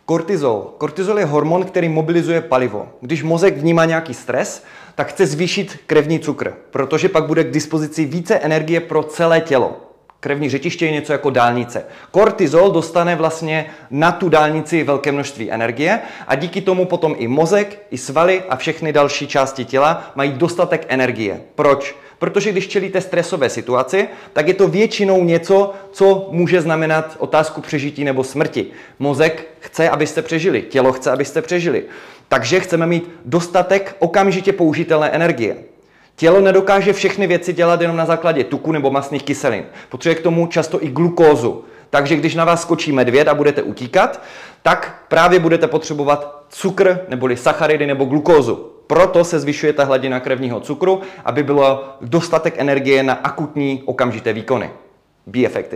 Kortizol. Kortizol je hormon, který mobilizuje palivo. Když mozek vnímá nějaký stres, tak chce zvýšit krevní cukr, protože pak bude k dispozici více energie pro celé tělo. Krevní řetiště je něco jako dálnice. Kortizol dostane vlastně na tu dálnici velké množství energie a díky tomu potom i mozek, i svaly a všechny další části těla mají dostatek energie. Proč? Protože když čelíte stresové situaci, tak je to většinou něco, co může znamenat otázku přežití nebo smrti. Mozek chce, abyste přežili, tělo chce, abyste přežili. Takže chceme mít dostatek okamžitě použitelné energie. Tělo nedokáže všechny věci dělat jenom na základě tuku nebo mastných kyselin. Potřebuje k tomu často i glukózu. Takže když na vás skočí medvěd a budete utíkat, tak právě budete potřebovat cukr neboli sacharidy nebo glukózu. Proto se zvyšuje ta hladina krevního cukru, aby bylo dostatek energie na akutní okamžité výkony. Be effective.